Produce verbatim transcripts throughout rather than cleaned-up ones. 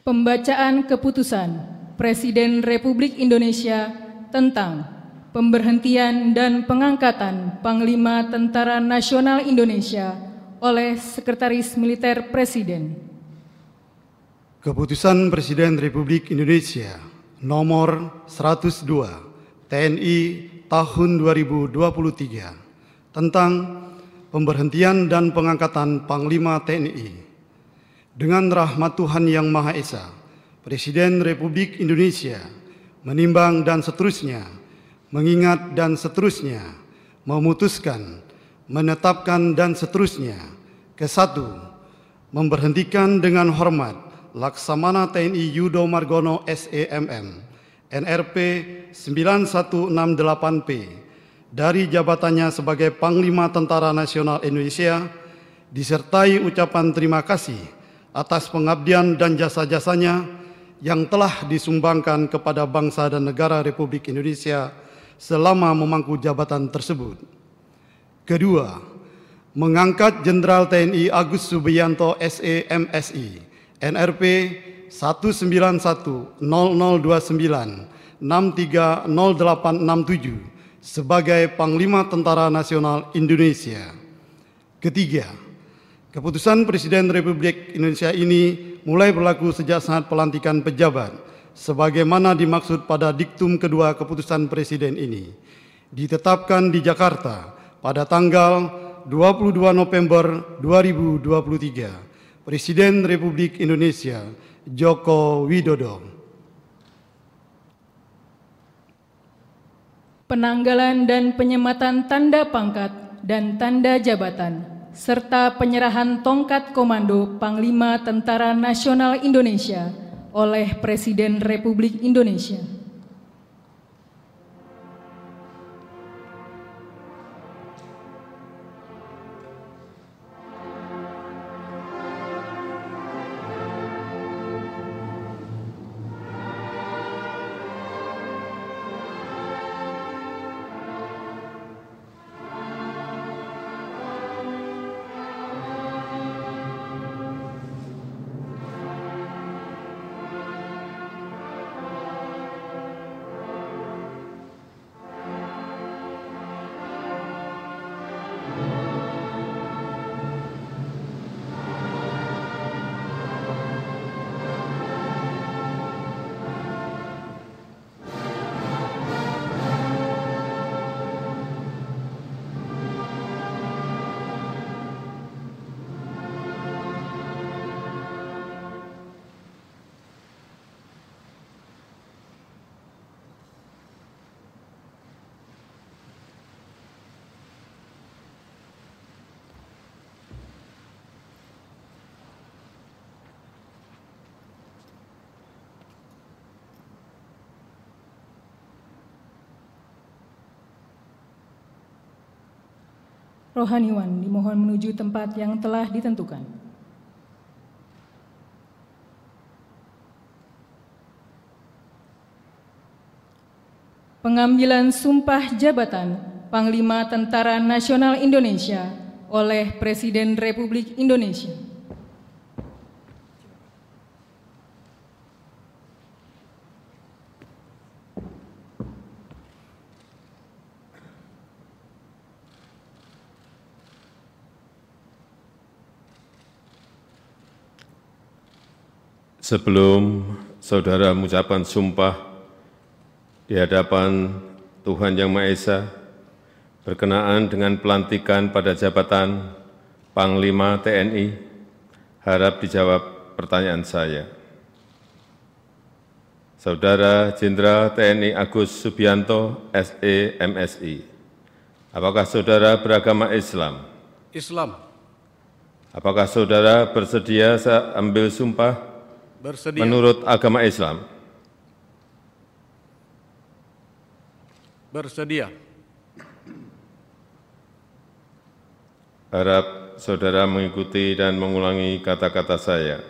Pembacaan Keputusan Presiden Republik Indonesia tentang pemberhentian dan pengangkatan Panglima Tentara Nasional Indonesia oleh Sekretaris Militer Presiden. Keputusan Presiden Republik Indonesia nomor seratus dua T N I tahun dua ribu dua puluh tiga tentang pemberhentian dan pengangkatan Panglima T N I. Dengan rahmat Tuhan Yang Maha Esa, Presiden Republik Indonesia menimbang dan seterusnya, mengingat dan seterusnya, memutuskan, menetapkan dan seterusnya. Kesatu, memberhentikan dengan hormat Laksamana T N I Yudo Margono S E M M N R P sembilan satu enam delapan P dari jabatannya sebagai Panglima Tentara Nasional Indonesia, disertai ucapan terima kasih atas pengabdian dan jasa-jasanya yang telah disumbangkan kepada bangsa dan negara Republik Indonesia selama memangku jabatan tersebut. Kedua, mengangkat Jenderal T N I Agus Subianto S E M Si N R P satu sembilan satu nol nol dua sembilan enam tiga nol delapan enam tujuh sebagai Panglima Tentara Nasional Indonesia. Ketiga, keputusan Presiden Republik Indonesia ini mulai berlaku sejak saat pelantikan pejabat, sebagaimana dimaksud pada diktum kedua keputusan Presiden ini, ditetapkan di Jakarta pada tanggal dua puluh dua November dua ribu dua puluh tiga. Presiden Republik Indonesia Joko Widodo. Penanggalan dan penyematan tanda pangkat dan tanda jabatan serta penyerahan tongkat komando Panglima Tentara Nasional Indonesia oleh Presiden Republik Indonesia. Rohaniwan dimohon menuju tempat yang telah ditentukan. Pengambilan sumpah jabatan Panglima Tentara Nasional Indonesia oleh Presiden Republik Indonesia. Sebelum saudara mengucapkan sumpah di hadapan Tuhan Yang Maha Esa, berkenaan dengan pelantikan pada jabatan Panglima T N I, harap dijawab pertanyaan saya. Saudara Jenderal T N I Agus Subianto S E M Si, apakah saudara beragama Islam? Islam. Apakah saudara bersedia saya ambil sumpah Bersedia. menurut agama Islam? Bersedia. Harap saudara mengikuti dan mengulangi kata-kata saya.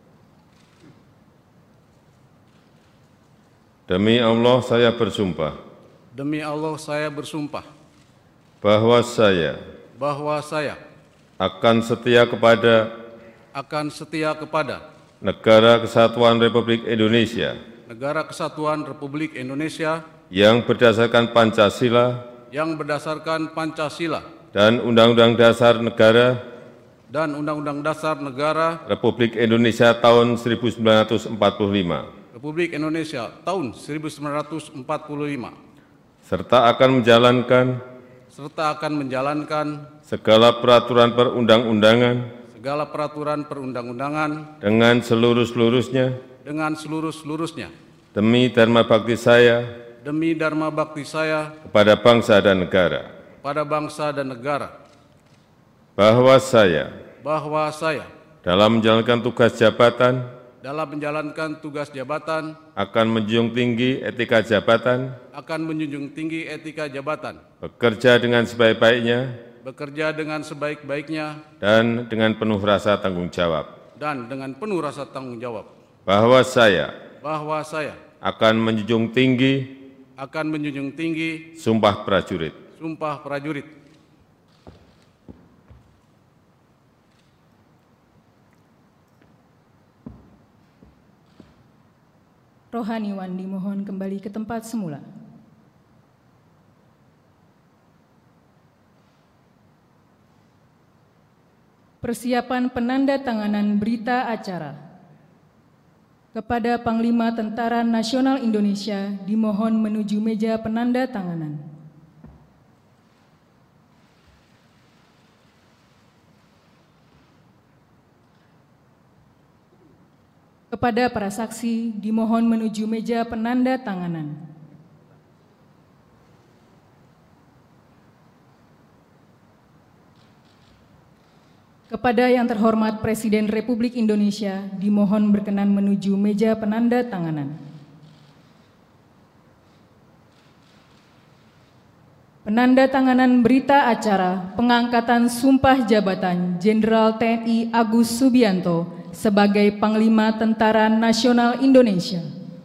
Demi Allah saya bersumpah. Demi Allah saya bersumpah. Bahwa saya. Bahwa saya. Akan setia kepada. Akan setia kepada. Negara Kesatuan Republik Indonesia Negara Kesatuan Republik Indonesia yang berdasarkan Pancasila yang berdasarkan Pancasila dan Undang-Undang Dasar Negara dan Undang-Undang Dasar Negara Republik Indonesia tahun seribu sembilan ratus empat puluh lima, Republik Indonesia tahun seribu sembilan ratus empat puluh lima, serta akan menjalankan serta akan menjalankan segala peraturan perundang-undangan segala peraturan perundang-undangan dengan seluruh-seluruhnya dengan seluruh-seluruhnya demi dharma bakti saya demi dharma bakti saya kepada bangsa dan negara, pada bangsa dan negara, bahwa saya bahwa saya dalam menjalankan tugas jabatan dalam menjalankan tugas jabatan akan menjunjung tinggi etika jabatan, akan menjunjung tinggi etika jabatan, bekerja dengan sebaik-baiknya bekerja dengan sebaik-baiknya dan dengan penuh rasa tanggung jawab, dan dengan penuh rasa tanggung jawab, bahwa saya bahwa saya akan menjunjung tinggi akan menjunjung tinggi sumpah prajurit. Sumpah Prajurit. Rohaniwan dimohon kembali ke tempat semula. Persiapan penandatanganan berita acara. Kepada Panglima Tentara Nasional Indonesia dimohon menuju meja penandatanganan. Kepada para saksi dimohon menuju meja penandatanganan. Kepada yang terhormat Presiden Republik Indonesia dimohon berkenan menuju meja penandatanganan. Penandatanganan berita acara pengangkatan sumpah jabatan Jenderal T N I Agus Subianto sebagai Panglima Tentara Nasional Indonesia.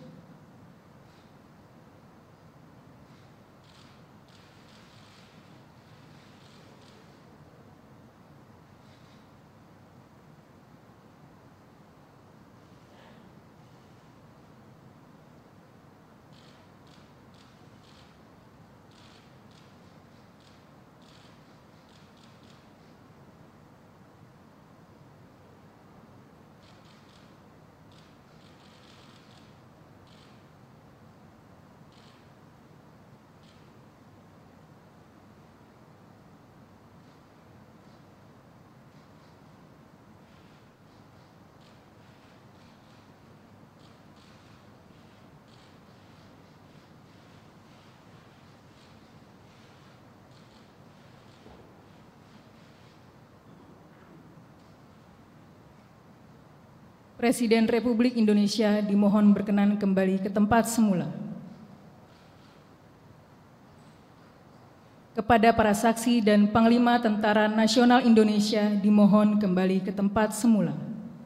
Presiden Republik Indonesia dimohon berkenan kembali ke tempat semula. Kepada para saksi dan Panglima Tentara Nasional Indonesia dimohon kembali ke tempat semula.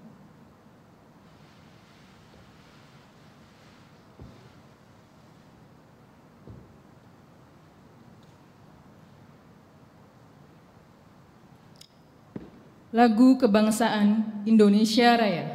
Lagu Kebangsaan Indonesia Raya.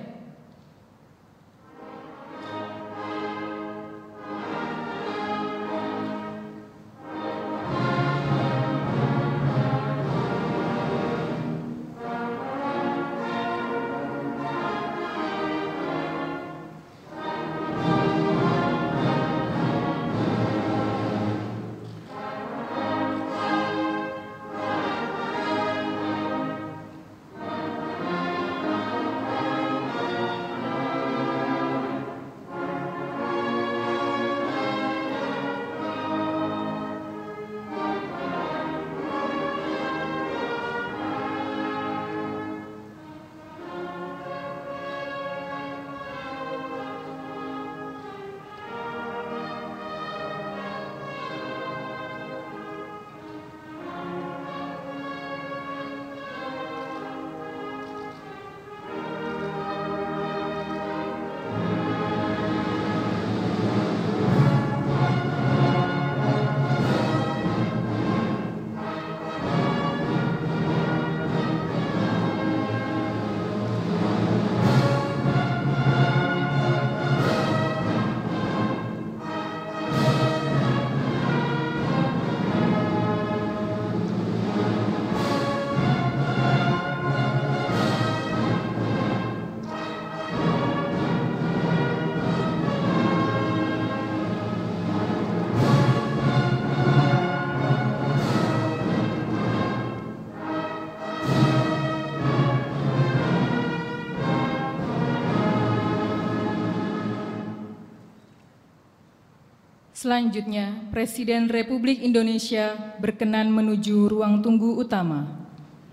Selanjutnya, Presiden Republik Indonesia berkenan menuju ruang tunggu utama.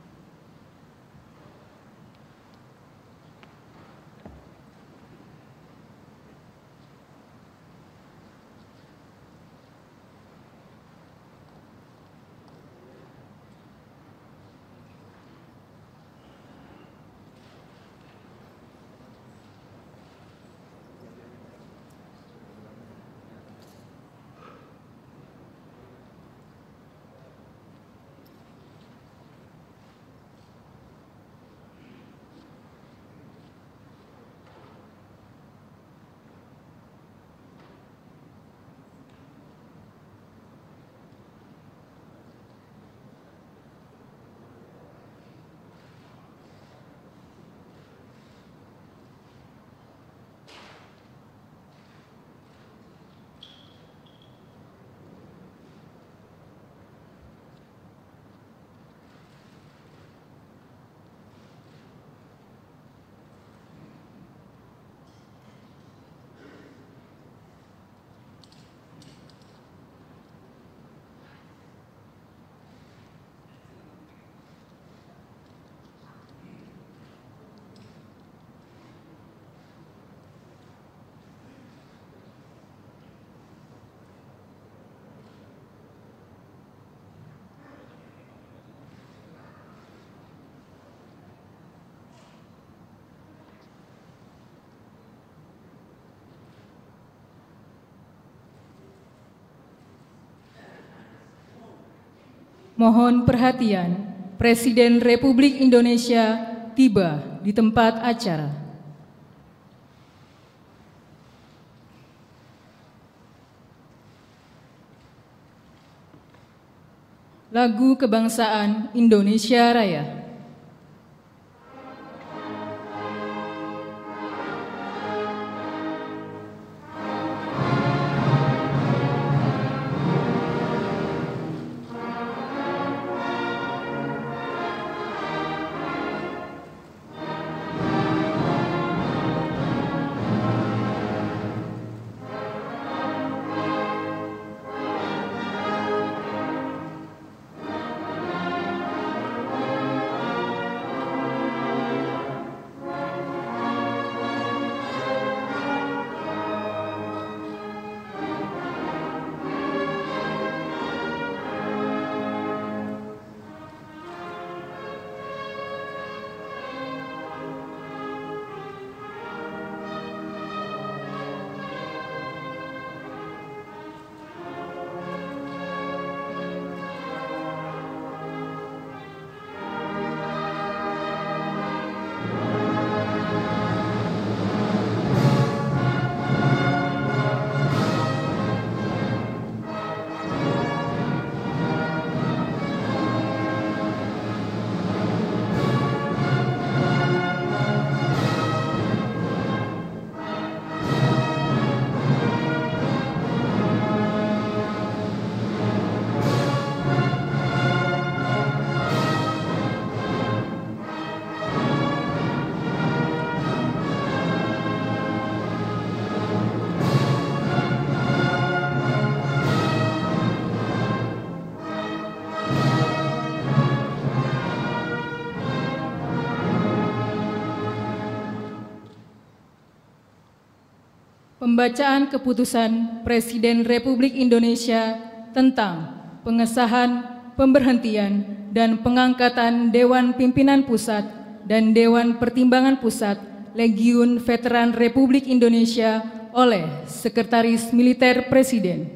Mohon perhatian, Presiden Republik Indonesia tiba di tempat acara. Lagu Kebangsaan Indonesia Raya. Pembacaan Keputusan Presiden Republik Indonesia tentang pengesahan, pemberhentian, dan pengangkatan Dewan Pimpinan Pusat dan Dewan Pertimbangan Pusat Legiun Veteran Republik Indonesia oleh Sekretaris Militer Presiden.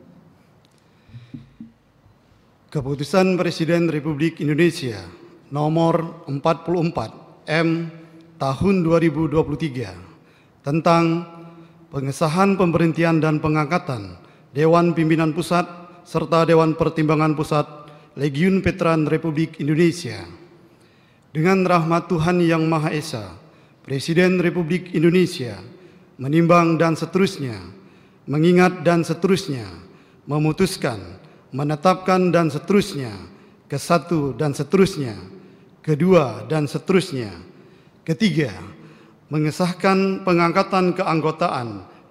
Keputusan Presiden Republik Indonesia nomor empat puluh empat M tahun dua ribu dua puluh tiga tentang pengesahan, pemberhentian, dan pengangkatan Dewan Pimpinan Pusat serta Dewan Pertimbangan Pusat Legiun Veteran Republik Indonesia. Dengan rahmat Tuhan Yang Maha Esa, Presiden Republik Indonesia menimbang dan seterusnya, mengingat dan seterusnya, memutuskan, menetapkan dan seterusnya, ke satu dan seterusnya, kedua dan seterusnya, ketiga, mengesahkan pengangkatan keanggotaan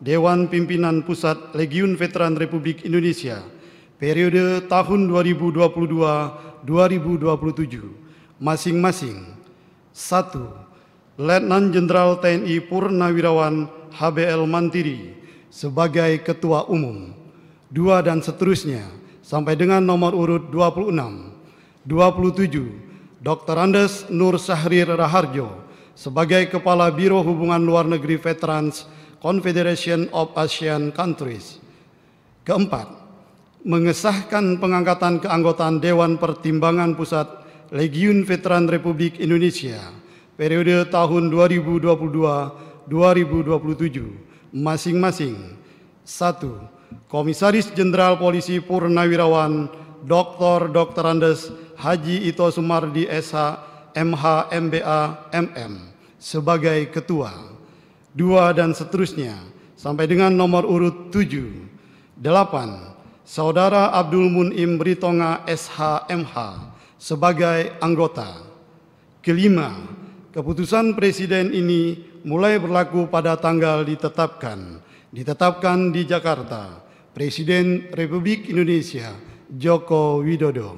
Dewan Pimpinan Pusat Legiun Veteran Republik Indonesia periode tahun dua ribu dua puluh dua sampai dua ribu dua puluh tujuh, masing-masing: satu. Letnan Jenderal T N I Purnawirawan H B L Mantiri sebagai Ketua Umum, dua dan seterusnya sampai dengan nomor urut dua puluh enam. dua puluh tujuh. Doktor Andes Nur Syahrir Raharjo sebagai Kepala Biro Hubungan Luar Negeri Veterans Confederation of Asian Countries. Keempat, mengesahkan pengangkatan keanggotaan Dewan Pertimbangan Pusat Legiun Veteran Republik Indonesia periode tahun dua ribu dua puluh dua sampai dua ribu dua puluh tujuh, masing-masing: satu. Komisaris Jenderal Polisi Purnawirawan Doktor Doktor Andes Haji Ito Sumardi S H M H M B A M M sebagai Ketua, dua dan seterusnya sampai dengan nomor urut tujuh. Delapan. Saudara Abdul Munim Ritonga S H M H sebagai anggota. Kelima, keputusan Presiden ini mulai berlaku pada tanggal ditetapkan. Ditetapkan di Jakarta, Presiden Republik Indonesia Joko Widodo.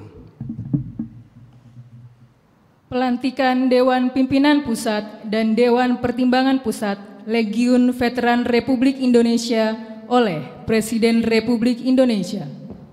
Pelantikan Dewan Pimpinan Pusat dan Dewan Pertimbangan Pusat Legiun Veteran Republik Indonesia oleh Presiden Republik Indonesia.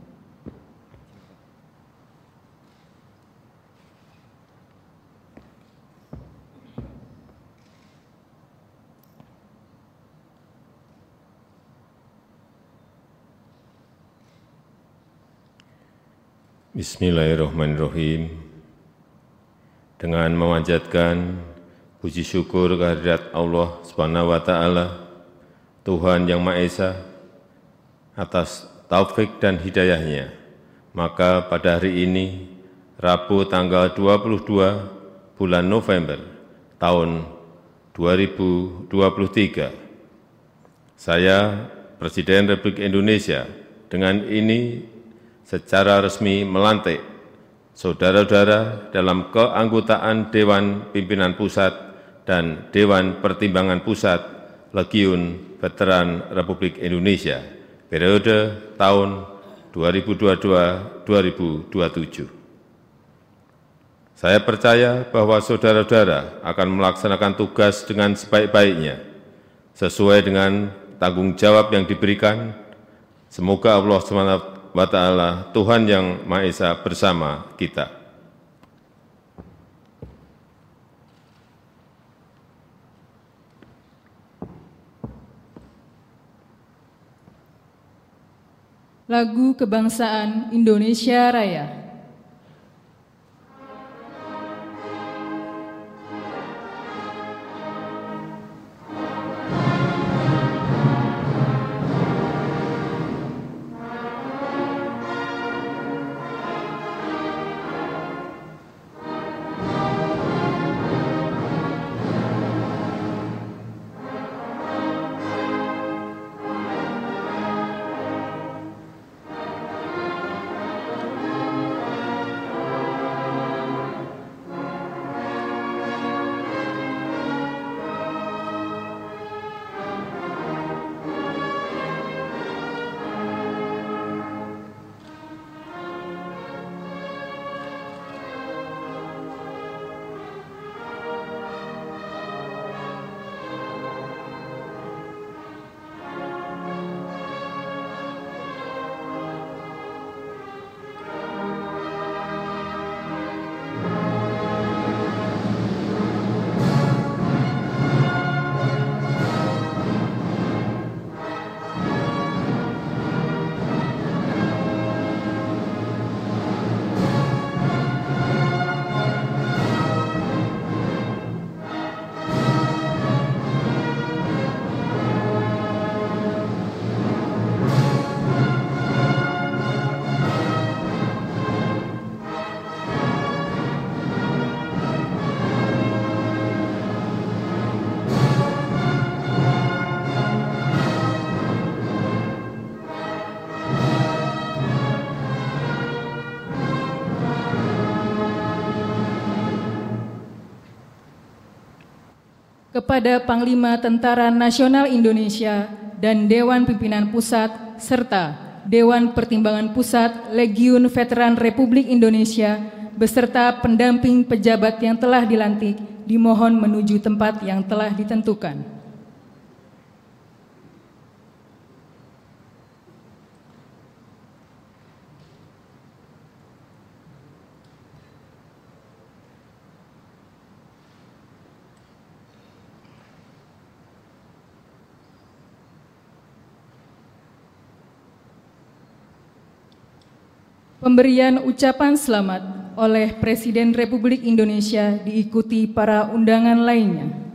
Bismillahirrahmanirrahim. Dengan memanjatkan puji syukur kehadirat Allah Subhanahu wa taala, Tuhan Yang Maha Esa, atas taufik dan hidayahnya, maka pada hari ini, Rabu tanggal dua puluh dua bulan November tahun dua ribu dua puluh tiga, saya, Presiden Republik Indonesia, dengan ini secara resmi melantik saudara-saudara dalam keanggotaan Dewan Pimpinan Pusat dan Dewan Pertimbangan Pusat Legiun Veteran Republik Indonesia periode tahun dua ribu dua puluh dua sampai dua ribu dua puluh tujuh. Saya percaya bahwa saudara-saudara akan melaksanakan tugas dengan sebaik-baiknya, sesuai dengan tanggung jawab yang diberikan. Semoga Allah subhanahu wa taala, Tuhan Yang Maha Esa, bersama kita. Lagu Kebangsaan Indonesia Raya. kepada Panglima Tentara Nasional Indonesia dan Dewan Pimpinan Pusat serta Dewan Pertimbangan Pusat Legiun Veteran Republik Indonesia beserta pendamping pejabat yang telah dilantik dimohon menuju tempat yang telah ditentukan. Pemberian ucapan selamat oleh Presiden Republik Indonesia diikuti para undangan lainnya.